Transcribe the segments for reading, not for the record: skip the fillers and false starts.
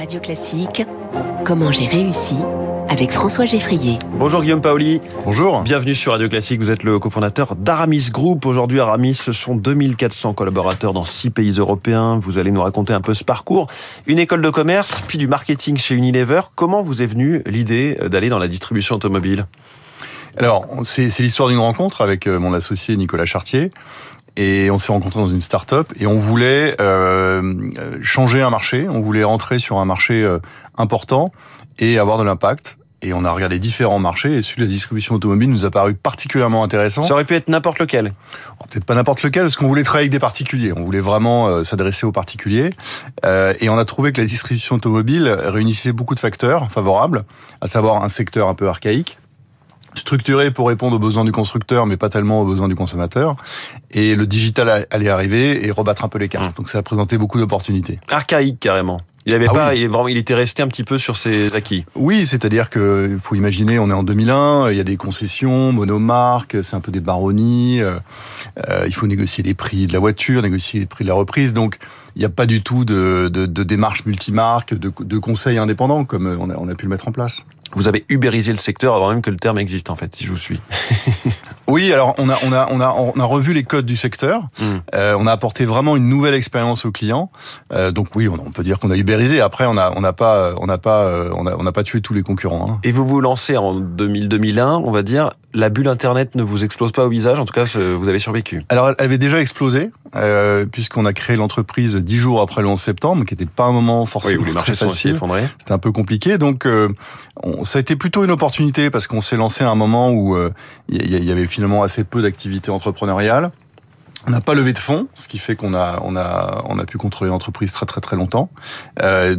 Radio Classique, Comment j'ai réussi avec François Geffrier. Bonjour Guillaume Paoli. Bonjour. Bienvenue sur Radio Classique. Vous êtes le cofondateur d'Aramis Group. Aujourd'hui, Aramis, ce sont 2400 collaborateurs dans 6 pays européens. Vous allez nous raconter un peu ce parcours. Une école de commerce, puis du marketing chez Unilever. Comment vous est venue l'idée d'aller dans la distribution automobile ? Alors, c'est l'histoire d'une rencontre avec mon associé Nicolas Chartier. Et on s'est rencontrés dans une start-up et on voulait changer un marché. On voulait rentrer sur un marché important et avoir de l'impact. Et on a regardé différents marchés et celui de la distribution automobile nous a paru particulièrement intéressant. Ça aurait pu être n'importe lequel. Peut-être pas n'importe lequel parce qu'on voulait travailler avec des particuliers. On voulait vraiment s'adresser aux particuliers. Et on a trouvé que la distribution automobile réunissait beaucoup de facteurs favorables, à savoir un secteur un peu archaïque, structuré pour répondre aux besoins du constructeur, mais pas tellement aux besoins du consommateur. Et le digital allait arriver et rebattre un peu les cartes. Donc ça a présenté beaucoup d'opportunités. Archaïque, carrément. Il était resté un petit peu sur ses acquis. Oui, c'est-à-dire que faut imaginer, on est en 2001, il y a des concessions, monomarques, c'est un peu des baronnies. Il faut négocier les prix de la voiture, négocier les prix de la reprise. Donc il n'y a pas du tout de démarche multimarque, de conseils indépendants comme on a pu le mettre en place. Vous avez ubérisé le secteur avant même que le terme existe, en fait, si je vous suis. Oui, alors on a revu les codes du secteur. On a apporté vraiment une nouvelle expérience aux clients. Donc oui, on peut dire qu'on a ubérisé. Après, on n'a pas tué tous les concurrents. Hein. Et vous vous lancez en 2000-2001, on va dire. La bulle Internet ne vous explose pas au visage. En tout cas, vous avez survécu. Alors, elle avait déjà explosé, puisqu'on a créé l'entreprise 10 jours après le 11 septembre, qui n'était pas un moment forcément où les marchés très facile. Sont effondrés. C'était un peu compliqué. Donc, ça a été plutôt une opportunité parce qu'on s'est lancé à un moment où il y avait finalement assez peu d'activité entrepreneuriale. On n'a pas levé de fonds, ce qui fait qu'on a pu contrôler l'entreprise très très très longtemps. Et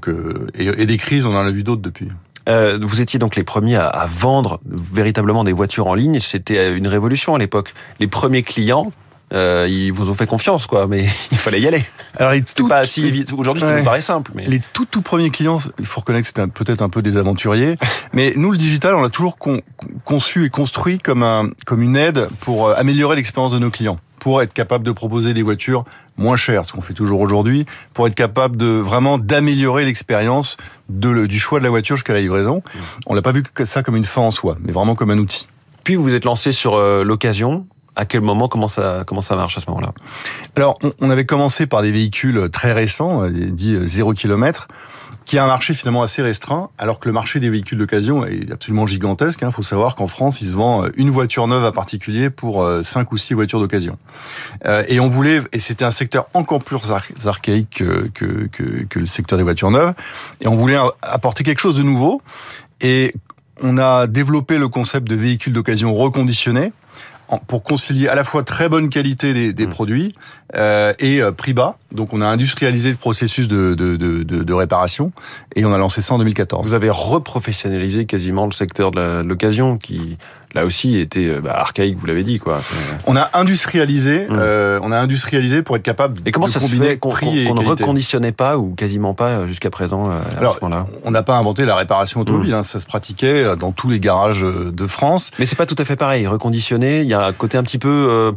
des crises, on en a vu d'autres depuis. Vous étiez donc les premiers à vendre véritablement des voitures en ligne. C'était une révolution à l'époque. Les premiers clients, ils vous ont fait confiance, quoi, mais il fallait y aller. Alors, c'était pas si vite. Aujourd'hui, ça me paraît simple. Mais... Les tout premiers clients, il faut reconnaître que c'était peut-être un peu des aventuriers. Mais nous, le digital, on l'a toujours conçu et construit comme une aide pour améliorer l'expérience de nos clients, pour être capable de proposer des voitures moins chères, ce qu'on fait toujours aujourd'hui, pour être capable d'améliorer l'expérience du choix de la voiture jusqu'à la livraison. On l'a pas vu que ça comme une fin en soi, mais vraiment comme un outil. Puis vous vous êtes lancé sur l'occasion. À quel moment, comment ça marche à ce moment-là ? Alors, on avait commencé par des véhicules très récents, dits 0 km, qui a un marché finalement assez restreint, alors que le marché des véhicules d'occasion est absolument gigantesque. Il faut savoir qu'en France, il se vend une voiture neuve à particulier pour 5 ou 6 voitures d'occasion. Et c'était un secteur encore plus archaïque que le secteur des voitures neuves, et on voulait apporter quelque chose de nouveau, et on a développé le concept de véhicules d'occasion reconditionnés, pour concilier à la fois très bonne qualité des produits et prix bas. Donc on a industrialisé ce processus de réparation et on a lancé ça en 2014. Vous avez reprofessionnalisé quasiment le secteur de l'occasion qui là aussi était archaïque, vous l'avez dit, quoi. On a industrialisé, pour être capable et comment de ça se fait qu'on ne reconditionnait pas ou quasiment pas jusqu'à présent à ce moment-là ? On n'a pas inventé la réparation automobile, ça se pratiquait dans tous les garages de France. Mais c'est pas tout à fait pareil. Reconditionner, il y a un côté un petit peu...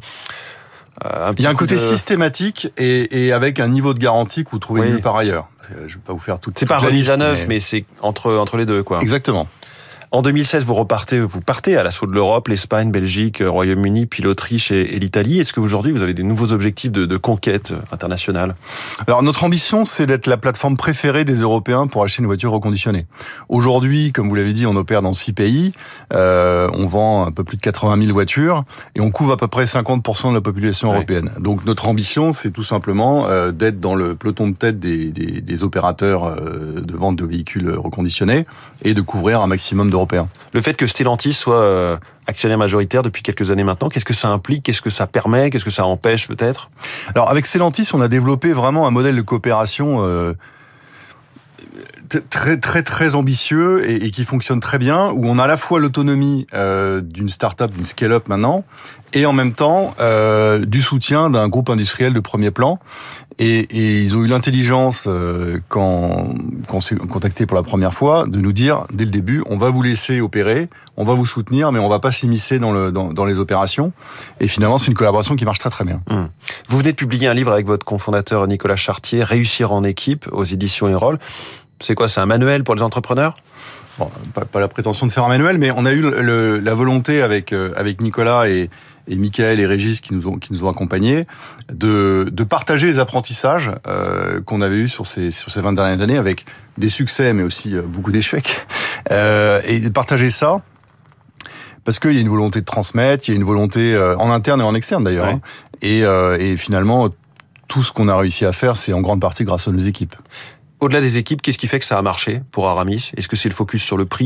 il y a un côté systématique et avec un niveau de garantie que vous trouvez nulle part ailleurs. Je ne vais pas vous faire toute c'est pas remise à neuf, mais c'est entre les deux, quoi. Exactement. En 2016, vous partez à l'assaut de l'Europe, l'Espagne, Belgique, Royaume-Uni, puis l'Autriche et l'Italie. Est-ce que aujourd'hui, vous avez des nouveaux objectifs de conquête internationale ? Alors, notre ambition, c'est d'être la plateforme préférée des Européens pour acheter une voiture reconditionnée. Aujourd'hui, comme vous l'avez dit, on opère dans 6 pays. On vend un peu plus de 80 000 voitures et on couvre à peu près 50% de la population européenne. Donc, notre ambition, c'est tout simplement d'être dans le peloton de tête des opérateurs de vente de véhicules reconditionnés et de couvrir un maximum d'Européens. Le fait que Stellantis soit actionnaire majoritaire depuis quelques années maintenant, qu'est-ce que ça implique ? Qu'est-ce que ça permet ? Qu'est-ce que ça empêche peut-être ? Alors avec Stellantis, on a développé vraiment un modèle de coopération très très très ambitieux et qui fonctionne très bien, où on a à la fois l'autonomie d'une start-up, d'une scale-up maintenant, et en même temps du soutien d'un groupe industriel de premier plan. Et ils ont eu l'intelligence, quand on s'est contacté pour la première fois, de nous dire dès le début, on va vous laisser opérer, on va vous soutenir, mais on va pas s'immiscer dans les opérations. Et finalement, c'est une collaboration qui marche très très bien. Vous venez de publier un livre avec votre cofondateur Nicolas Chartier, Réussir en équipe, aux éditions Erol. C'est quoi, c'est un manuel pour les entrepreneurs ? Bon, pas la prétention de faire un manuel, mais on a eu la volonté avec Nicolas et Mickaël et Régis qui nous ont accompagnés de partager les apprentissages qu'on avait eus sur ces 20 dernières années, avec des succès mais aussi beaucoup d'échecs, et de partager ça parce qu'il y a une volonté de transmettre, il y a une volonté en interne et en externe d'ailleurs, ouais. Et finalement tout ce qu'on a réussi à faire, c'est en grande partie grâce à nos équipes. Au-delà des équipes, qu'est-ce qui fait que ça a marché pour Aramis ? Est-ce que c'est le focus sur le prix ?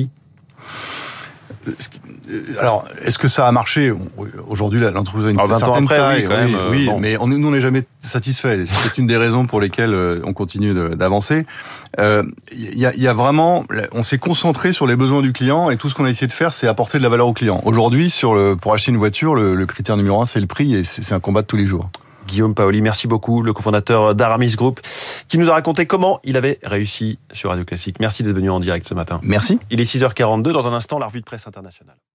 Alors, est-ce que ça a marché ? Aujourd'hui, l'entreprise a une certaine taille. Oui, bon. Mais nous, on n'est jamais satisfait. C'est une des raisons pour lesquelles on continue d'avancer. Il y a vraiment, on s'est concentré sur les besoins du client et tout ce qu'on a essayé de faire, c'est apporter de la valeur au client. Aujourd'hui, pour acheter une voiture, le critère numéro 1, c'est le prix et c'est un combat de tous les jours. Guillaume Paoli, merci beaucoup, le cofondateur d'Aramis Group, qui nous a raconté comment il avait réussi sur Radio Classique. Merci d'être venu en direct ce matin. Merci. Il est 6h42, dans un instant, la revue de presse internationale.